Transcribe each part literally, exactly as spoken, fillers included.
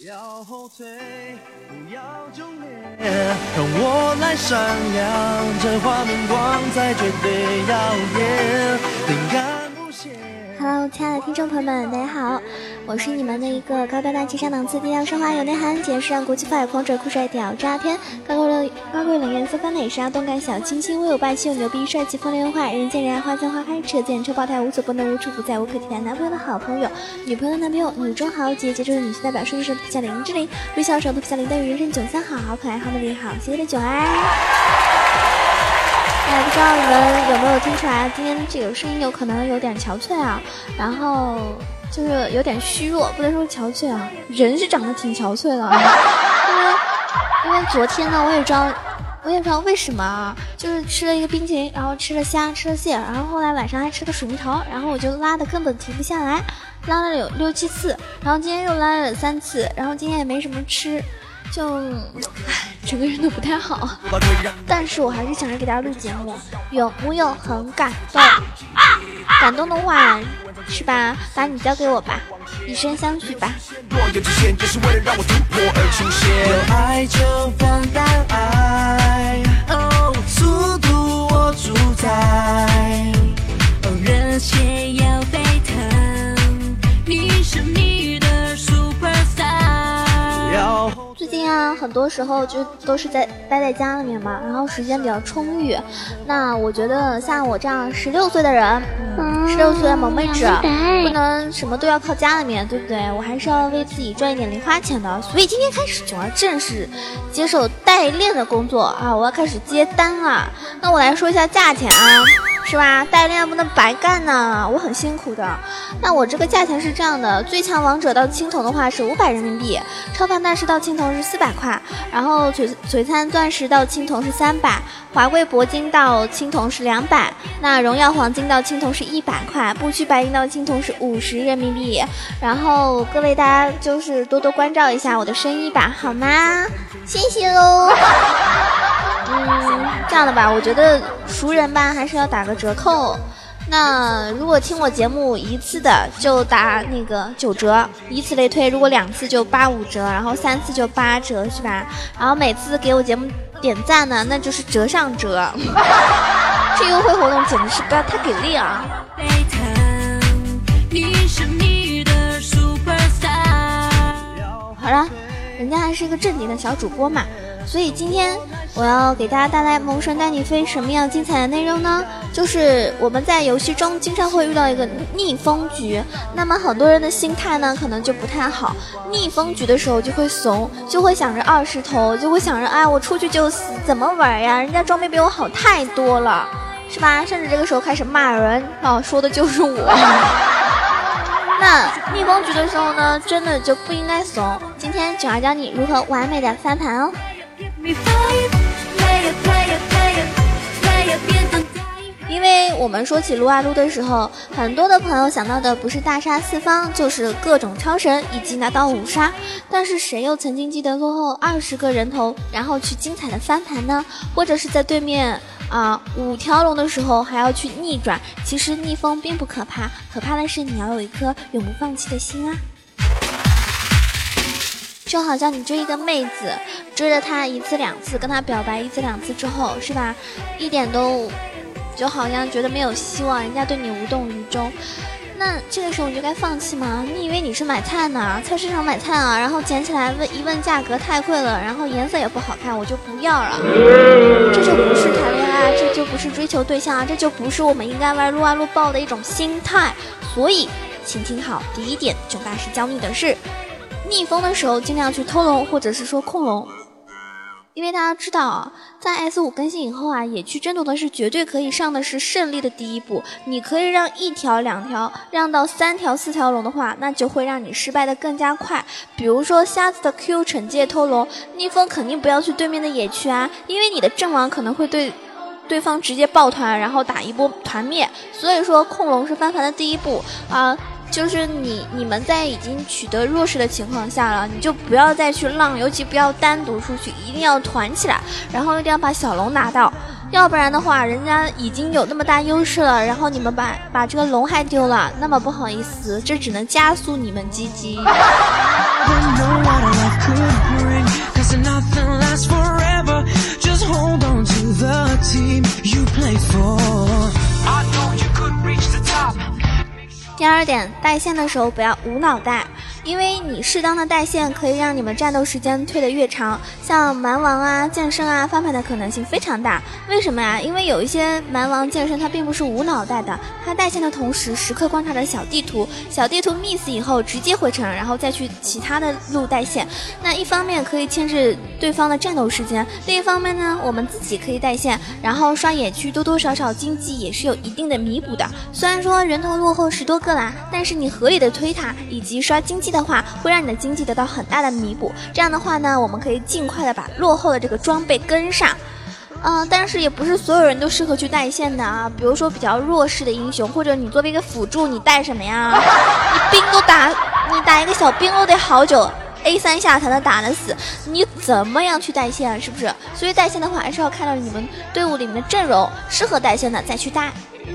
要后退，不要忠烈，让我来闪亮，这画面光彩绝对耀眼，灵感无限。 Hello， 亲爱的听众朋友们，大家好，我是你们的一个高标大气上档次、低调奢华有内涵、简时让国际范儿狂拽酷帅屌炸天、高贵冷高贵冷艳风帆美莎动感小清新、威有霸气又牛逼、帅气风流文化、人见人爱花见花开、车见车爆胎、无所不能、无处不在、无可替代男朋友的好朋友、女朋友的男朋友、女中豪杰、杰出的女性代表、顺势头皮下林志玲、微笑手头皮下林黛玉、人生九三好、好可爱、好美丽、好邪的九儿。哎，不知道你们有没有听出来，今天这个声音有可能有点憔悴啊，然后就是有点虚弱，不能说憔悴啊，人是长得挺憔悴的啊，因为因为昨天呢，我也知道，我也不知道为什么啊，就是吃了一个冰淇淋，然后吃了虾，吃了蟹，然后后来晚上还吃了水蜜桃，然后我就拉的根本停不下来，拉了有六七次，然后今天又拉了三次，然后今天也没什么吃。就整个人都不太好，但是我还是想着给大家录节目，有木有很感动？感动的话是吧，把你交给我吧，以身相许吧。 有爱就放胆爱，哦，速度我主宰， 哦，热血要沸腾，你是你的 superstar。 要最近啊，很多时候就都是在待在家里面嘛，然后时间比较充裕。那我觉得像我这样十六岁的人，十六岁的萌妹子，不能什么都要靠家里面，对不对？我还是要为自己赚一点零花钱的。所以今天开始，我要正式接受代练的工作啊！我要开始接单了。那我来说一下价钱啊。是吧？代练不能白干呢，我很辛苦的。那我这个价钱是这样的：最强王者到青铜的话是五百人民币，超凡大师到青铜是四百块，然后璀璀璨钻石到青铜是三百，华贵铂金到青铜是两百，那荣耀黄金到青铜是一百块，不屈白银到青铜是五十人民币。然后各位大家就是多多关照一下我的生意吧，好吗？谢谢喽。嗯，这样的吧，我觉得熟人吧还是要打个折扣。那如果听我节目一次的就打那个九折，以此类推，如果两次就八五折，然后三次就八折，是吧？然后每次给我节目点赞呢，那就是折上折。这优惠活动简直是不要太给力啊！好了，人家还是一个正经的小主播嘛。所以今天我要给大家带来萌神带你飞什么样精彩的内容呢？就是我们在游戏中经常会遇到一个逆风局，那么很多人的心态呢可能就不太好，逆风局的时候就会怂，就会想着二十头，就会想着哎我出去就死，怎么玩呀？人家装备比我好太多了，是吧？甚至这个时候开始骂人啊，说的就是我。那逆风局的时候呢，真的就不应该怂。今天九儿教你如何完美的翻盘哦。因为我们说起撸啊撸的时候，很多的朋友想到的不是大杀四方，就是各种超神以及拿到五杀，但是谁又曾经记得落后二十个人头然后去精彩的翻盘呢？或者是在对面啊五条龙的时候还要去逆转？其实逆风并不可怕，可怕的是你要有一颗永不放弃的心啊。就好像你追一个妹子，追了她一次两次，跟她表白一次两次之后，是吧？一点都就好像觉得没有希望，人家对你无动于衷，那这个时候你就该放弃吗？你以为你是买菜呢，菜市场买菜啊，然后捡起来问一问价格太贵了，然后颜色也不好看，我就不要了。这就不是谈恋爱，这就不是追求对象，这就不是我们应该玩撸啊撸爆的一种心态。所以请听好，第一点，囧大师教你的是逆风的时候尽量去偷龙或者是说控龙，因为大家知道啊，在 S 五 更新以后啊，野区争夺的是绝对可以上的是胜利的第一步。你可以让一条两条让到三条四条龙的话，那就会让你失败的更加快。比如说瞎子的 Q 惩戒偷龙，逆风肯定不要去对面的野区啊，因为你的阵亡可能会对对方直接爆团，然后打一波团灭。所以说控龙是翻盘的第一步啊。就是你你们在已经取得弱势的情况下了，你就不要再去浪，尤其不要单独出去，一定要团起来，然后一定要把小龙拿到，要不然的话人家已经有那么大优势了，然后你们把把这个龙还丢了，那么不好意思，这只能加速你们 G G。 第二点，带线的时候不要无脑带，因为你适当的带线可以让你们战斗时间推得越长，像蛮王啊、剑圣啊翻盘的可能性非常大。为什么呀？因为有一些蛮王、剑圣他并不是无脑带的，他带线的同时时刻观察着小地图，小地图 miss 以后直接回城，然后再去其他的路带线。那一方面可以牵制对方的战斗时间，另一方面呢，我们自己可以带线，然后刷野区多多少少经济也是有一定的弥补的。虽然说人头落后十多个啦，但是你合理的推塔以及刷经济的话，会让你的经济得到很大的弥补。这样的话呢，我们可以尽快的把落后的这个装备跟上。嗯、呃，但是也不是所有人都适合去带线的啊。比如说比较弱势的英雄，或者你作为一个辅助，你带什么呀？你兵都打，你打一个小兵都得好久 A 三 下才能打得死，你怎么样去带线？是不是？所以带线的话，还是要看到你们队伍里面的阵容适合带线的再去带。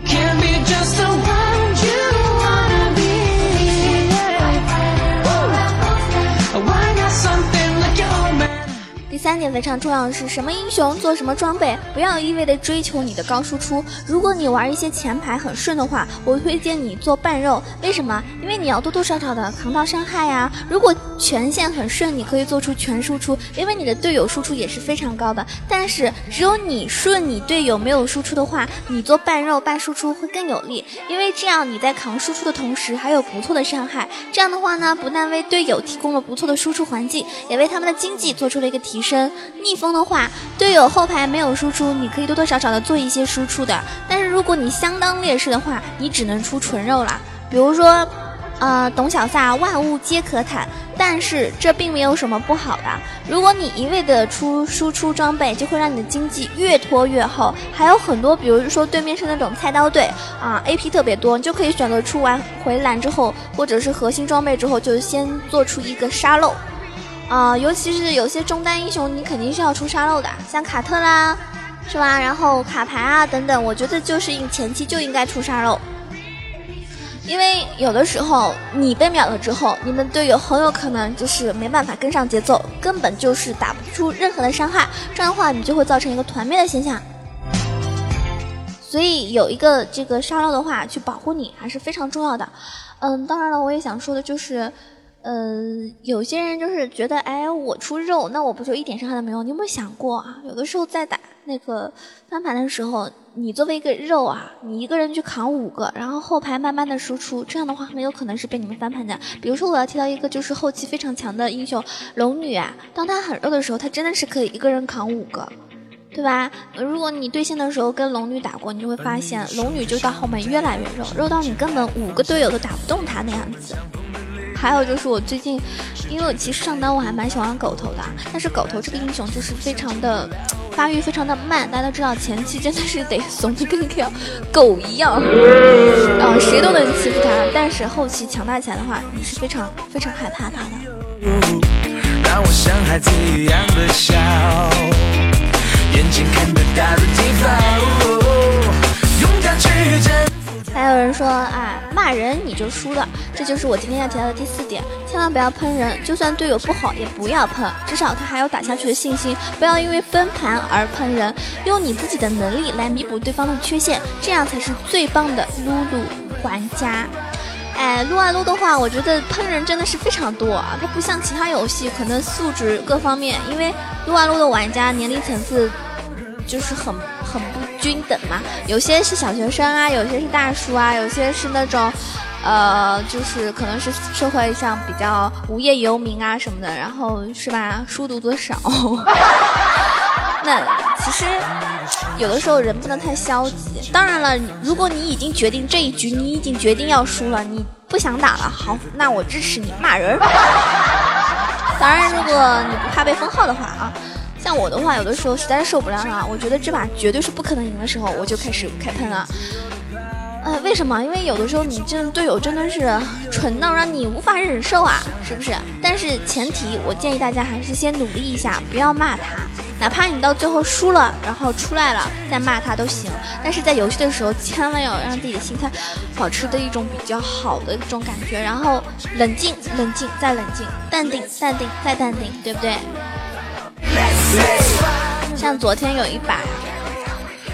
第三点非常重要的是，什么英雄做什么装备，不要一味的追求你的高输出。如果你玩一些前排很顺的话，我推荐你做半肉。为什么？因为你要多多少少的扛到伤害呀。如果全线很顺，你可以做出全输出，因为你的队友输出也是非常高的。但是只有你顺，你队友没有输出的话，你做半肉半输出会更有利，因为这样你在扛输出的同时还有不错的伤害。这样的话呢，不但为队友提供了不错的输出环境，也为他们的经济做出了一个提升。逆风的话，队友后排没有输出，你可以多多少少的做一些输出的。但是如果你相当劣势的话，你只能出纯肉了。比如说呃，董小撒万物皆可坦，但是这并没有什么不好的。如果你一味的出输出装备，就会让你的经济越拖越后。还有很多，比如说对面是那种菜刀队啊 ，A P 特别多，你就可以选择出完回蓝之后，或者是核心装备之后，就先做出一个沙漏。啊、呃，尤其是有些中单英雄，你肯定是要出沙漏的，像卡特啦，是吧？然后卡牌啊等等，我觉得就是前期就应该出沙漏，因为有的时候你被秒了之后，你们队友很有可能就是没办法跟上节奏，根本就是打不出任何的伤害，这样的话你就会造成一个团灭的现象。所以有一个这个沙漏的话，去保护你还是非常重要的。嗯，当然了，我也想说的就是。呃，有些人就是觉得，哎，我出肉，那我不就一点伤害都没有？你有没有想过啊？有的时候在打那个翻盘的时候，你作为一个肉啊，你一个人去扛五个，然后后排慢慢的输出，这样的话很有可能是被你们翻盘的。比如说，我要提到一个就是后期非常强的英雄龙女啊，当她很肉的时候，她真的是可以一个人扛五个。对吧？如果你对线的时候跟龙女打过，你就会发现龙女就到后面越来越肉，肉到你根本五个队友都打不动她那样子。还有就是我最近，因为我其实上单我还蛮喜欢狗头的，但是狗头这个英雄就是非常的发育非常的慢，大家都知道前期真的是得怂的跟个狗一样，啊、呃，谁都能欺负他，但是后期强大起来的话，你是非常非常害怕他的。让我像孩子一样的笑，眼睛看得大如地方，勇敢去征服。还有人说啊，骂人你就输了，这就是我今天要提到的第四点，千万不要喷人，就算队友不好也不要喷，至少他还有打下去的信心，不要因为分盘而喷人，用你自己的能力来弥补对方的缺陷，这样才是最棒的撸撸玩家。哎，撸啊撸的话，我觉得喷人真的是非常多啊，它不像其他游戏可能素质各方面，因为撸啊撸的玩家年龄层次就是很很不均等嘛，有些是小学生啊，有些是大叔啊，有些是那种呃就是可能是社会上比较无业游民啊什么的，然后是吧，书读的少那其实有的时候人不能太消极，当然了，如果你已经决定这一局你已经决定要输了，你不想打了，好，那我支持你骂人当然如果你不怕被封号的话啊，像我的话，有的时候实在受不了了，我觉得这把绝对是不可能赢的时候，我就开始开喷了。呃，为什么？因为有的时候你这队友真的是蠢到让你无法忍受啊，是不是？但是前提，我建议大家还是先努力一下，不要骂他，哪怕你到最后输了，然后出来了再骂他都行。但是在游戏的时候，千万要让自己的心态保持的一种比较好的一种感觉，然后冷静、冷静再冷静，淡定、淡定再淡定，对不对？像昨天有一把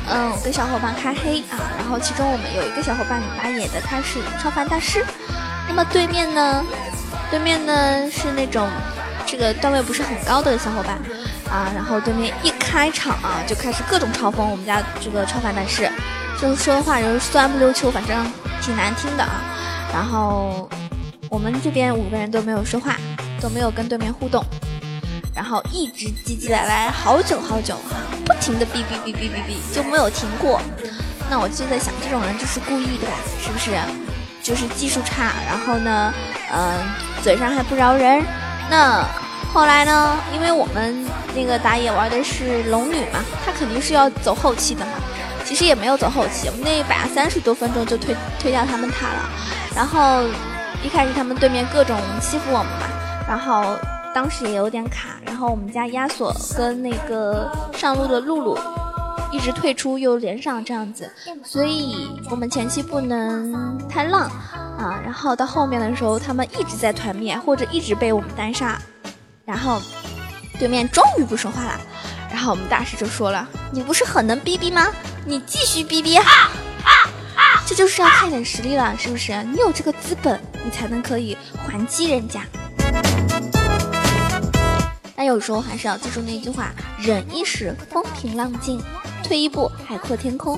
嗯，跟小伙伴开黑啊，然后其中我们有一个小伙伴打野的，他是超凡大师。那么对面呢，对面呢是那种这个段位不是很高的小伙伴啊，然后对面一开场啊就开始各种嘲讽我们家这个超凡大师，就是说话就是酸不溜秋，反正挺难听的啊。然后我们这边五个人都没有说话，都没有跟对面互动，然后一直唧唧歪歪好久好久啊，不停的哔哔哔哔哔哔就没有停过。那我就在想，这种人就是故意的吧，是不是？就是技术差，然后呢，嗯、呃，嘴上还不饶人。那后来呢，因为我们那个打野玩的是龙女嘛，她肯定是要走后期的嘛。其实也没有走后期，我们那一把三十多分钟就推推掉他们塔了。然后一开始他们对面各种欺负我们嘛，然后当时也有点卡，然后我们家亚索跟那个上路的露露一直退出又连上这样子，所以我们前期不能太浪啊，然后到后面的时候他们一直在团灭或者一直被我们单杀，然后对面终于不说话了，然后我们大师就说了，你不是很能逼逼吗？你继续逼逼啊啊啊！这就是要看点实力了，是不是？你有这个资本，你才能可以还击人家。但有时候还是要记住那句话，忍一时风平浪静，退一步海阔天空。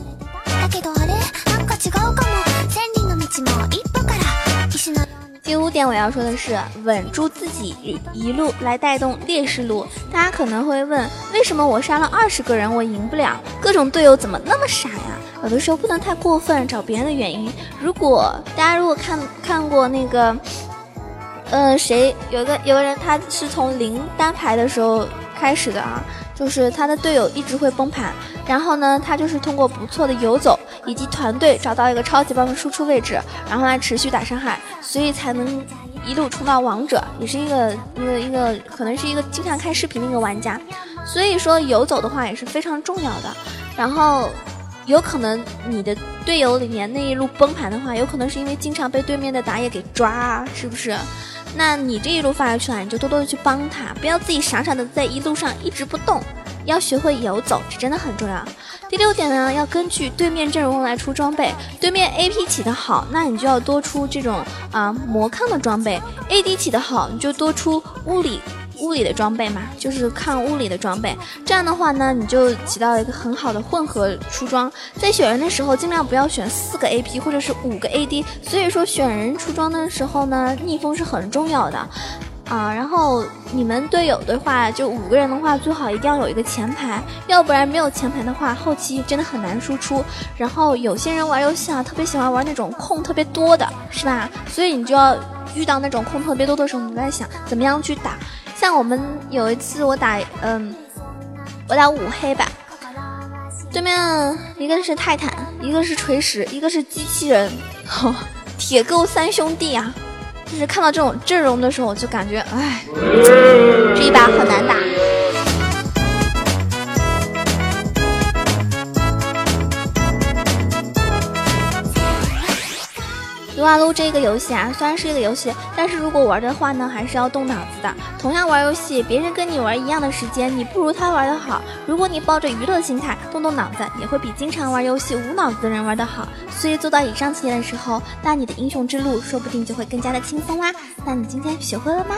第五点我要说的是，稳住自己一路来带动劣势路。大家可能会问，为什么我杀了二十个人我赢不了？各种队友怎么那么傻呀？有的时候不能太过分，找别人的原因。如果大家如果看看过那个呃，谁有个有个人，他是从零单排的时候开始的啊，就是他的队友一直会崩盘，然后呢，他就是通过不错的游走以及团队找到一个超级棒的输出位置，然后来持续打伤害，所以才能一路冲到王者，也是一个一个一个可能是一个经常看视频的一个玩家。所以说游走的话也是非常重要的。然后有可能你的队友里面那一路崩盘的话，有可能是因为经常被对面的打野给抓，是不是？那你这一路发下去了，你就多多的去帮他，不要自己傻傻的在一路上一直不动，要学会游走，这真的很重要。第六点呢，要根据对面阵容来出装备。对面 A P 起得好，那你就要多出这种啊魔抗的装备 ；A D 起得好，你就多出物理物理的装备嘛，就是抗物理的装备。这样的话呢，你就起到一个很好的混合出装。在选人的时候，尽量不要选四个 A P 或者是五个 A D。所以说选人出装的时候呢，逆风是很重要的。啊，然后你们队友的话，就五个人的话，最好一定要有一个前排，要不然没有前排的话，后期真的很难输出。然后有些人玩游戏啊，特别喜欢玩那种控特别多的，是吧？所以你就要遇到那种控特别多的时候，你在想怎么样去打。像我们有一次我打，嗯，我打五黑吧，对面一个是泰坦，一个是锤石，一个是机器人，哦、铁钩三兄弟啊。就是看到这种阵容的时候，我就感觉，哎，这一把很难打。撸啊撸这个游戏啊，虽然是一个游戏，但是如果玩的话呢，还是要动脑子的。同样玩游戏，别人跟你玩一样的时间，你不如他玩得好。如果你抱着娱乐心态，动动脑子，也会比经常玩游戏无脑子的人玩得好。所以做到以上几点的时候，那你的英雄之路说不定就会更加的轻松啦。那你今天学会了吗？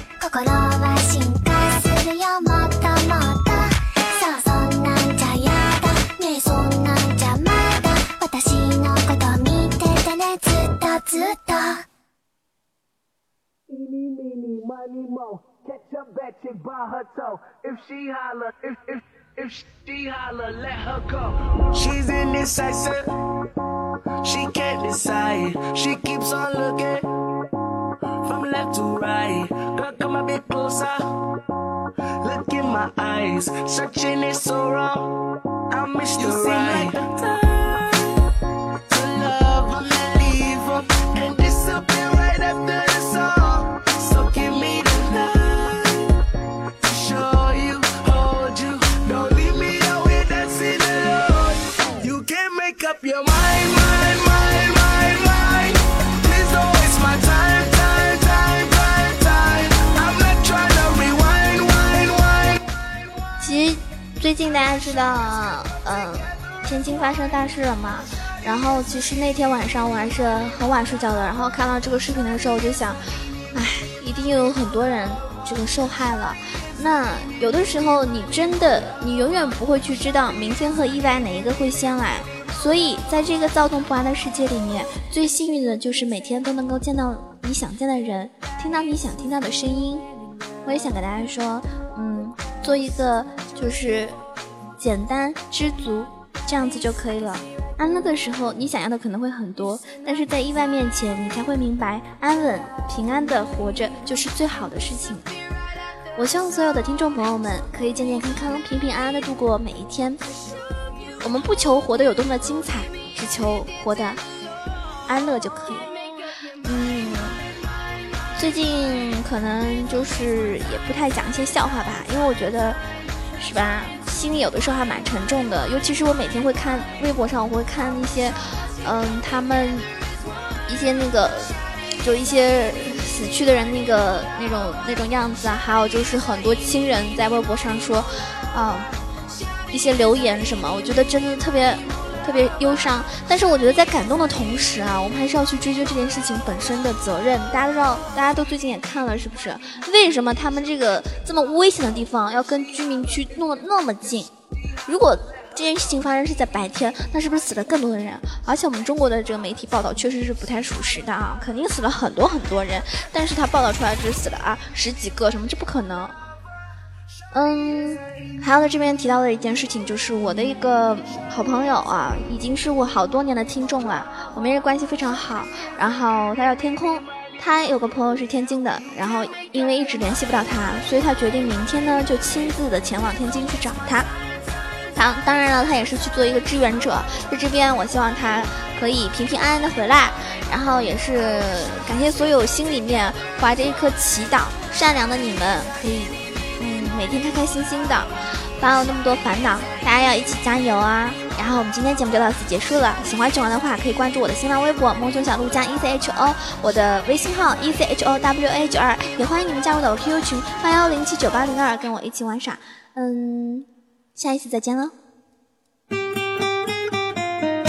She's indecisive, she can't decide. She keeps on looking from left to right. Girl, come a bit closer. Look in my eyes, searching it so wrong. I miss you right. Like to love them and leave them and disappear right after the song. So give me the night to show you, hold you. Don't leave me out here dancing alone. You can't make up your mind, mind, mind, mind, mind. Please don't waste my time, time, time, time, time. I'm not trying to rewind, wind, wind. 其实最近大家知道，嗯、呃， 天津发生大事了嘛。然后其实那天晚上我还是很晚睡觉的，然后看到这个视频的时候，我就想，哎，一定有很多人这个受害了。那有的时候你真的，你永远不会去知道明天和意外哪一个会先来。所以在这个躁动不安的世界里面，最幸运的就是每天都能够见到你想见的人，听到你想听到的声音。我也想给大家说，嗯，做一个就是简单知足，这样子就可以了。安乐的时候你想要的可能会很多，但是在意外面前你才会明白，安稳平安的活着就是最好的事情。我希望所有的听众朋友们可以健健康康平平安安的度过每一天。我们不求活得有多么的精彩，只求活得安乐就可以。嗯，最近可能就是也不太讲一些笑话吧，因为我觉得是吧，心里有的时候还蛮沉重的。尤其是我每天会看微博上，我会看一些嗯他们一些那个就一些死去的人那个那种那种样子啊，还有就是很多亲人在微博上说啊、嗯、一些留言什么，我觉得真的特别特别忧伤。但是我觉得在感动的同时啊，我们还是要去追究这件事情本身的责任。大家都知道，大家都最近也看了是不是，为什么他们这个这么危险的地方要跟居民区弄得那么近？如果这件事情发生是在白天，那是不是死了更多的人？而且我们中国的这个媒体报道确实是不太属实的啊，肯定死了很多很多人，但是他报道出来只死了啊十几个，什么这不可能。嗯，还有在这边提到的一件事情，就是我的一个好朋友啊，已经是我好多年的听众了，我们也关系非常好。然后他叫天空，他有个朋友是天津的，然后因为一直联系不到他，所以他决定明天呢就亲自的前往天津去找他。当当然了，他也是去做一个志愿者，在这边我希望他可以平平安安的回来，然后也是感谢所有心里面怀着一颗祈祷善良的你们，可以嗯每天开开心心的，不要有那么多烦恼，大家要一起加油啊！然后我们今天节目就到此结束了，喜欢囧儿的话可以关注我的新浪微博萌熊小鹿加 E C H O， 我的微信号 E C H O W A 九二，也欢迎你们加入到我 Q Q 群八幺零七九八零二，跟我一起玩耍。嗯。下一次再见了。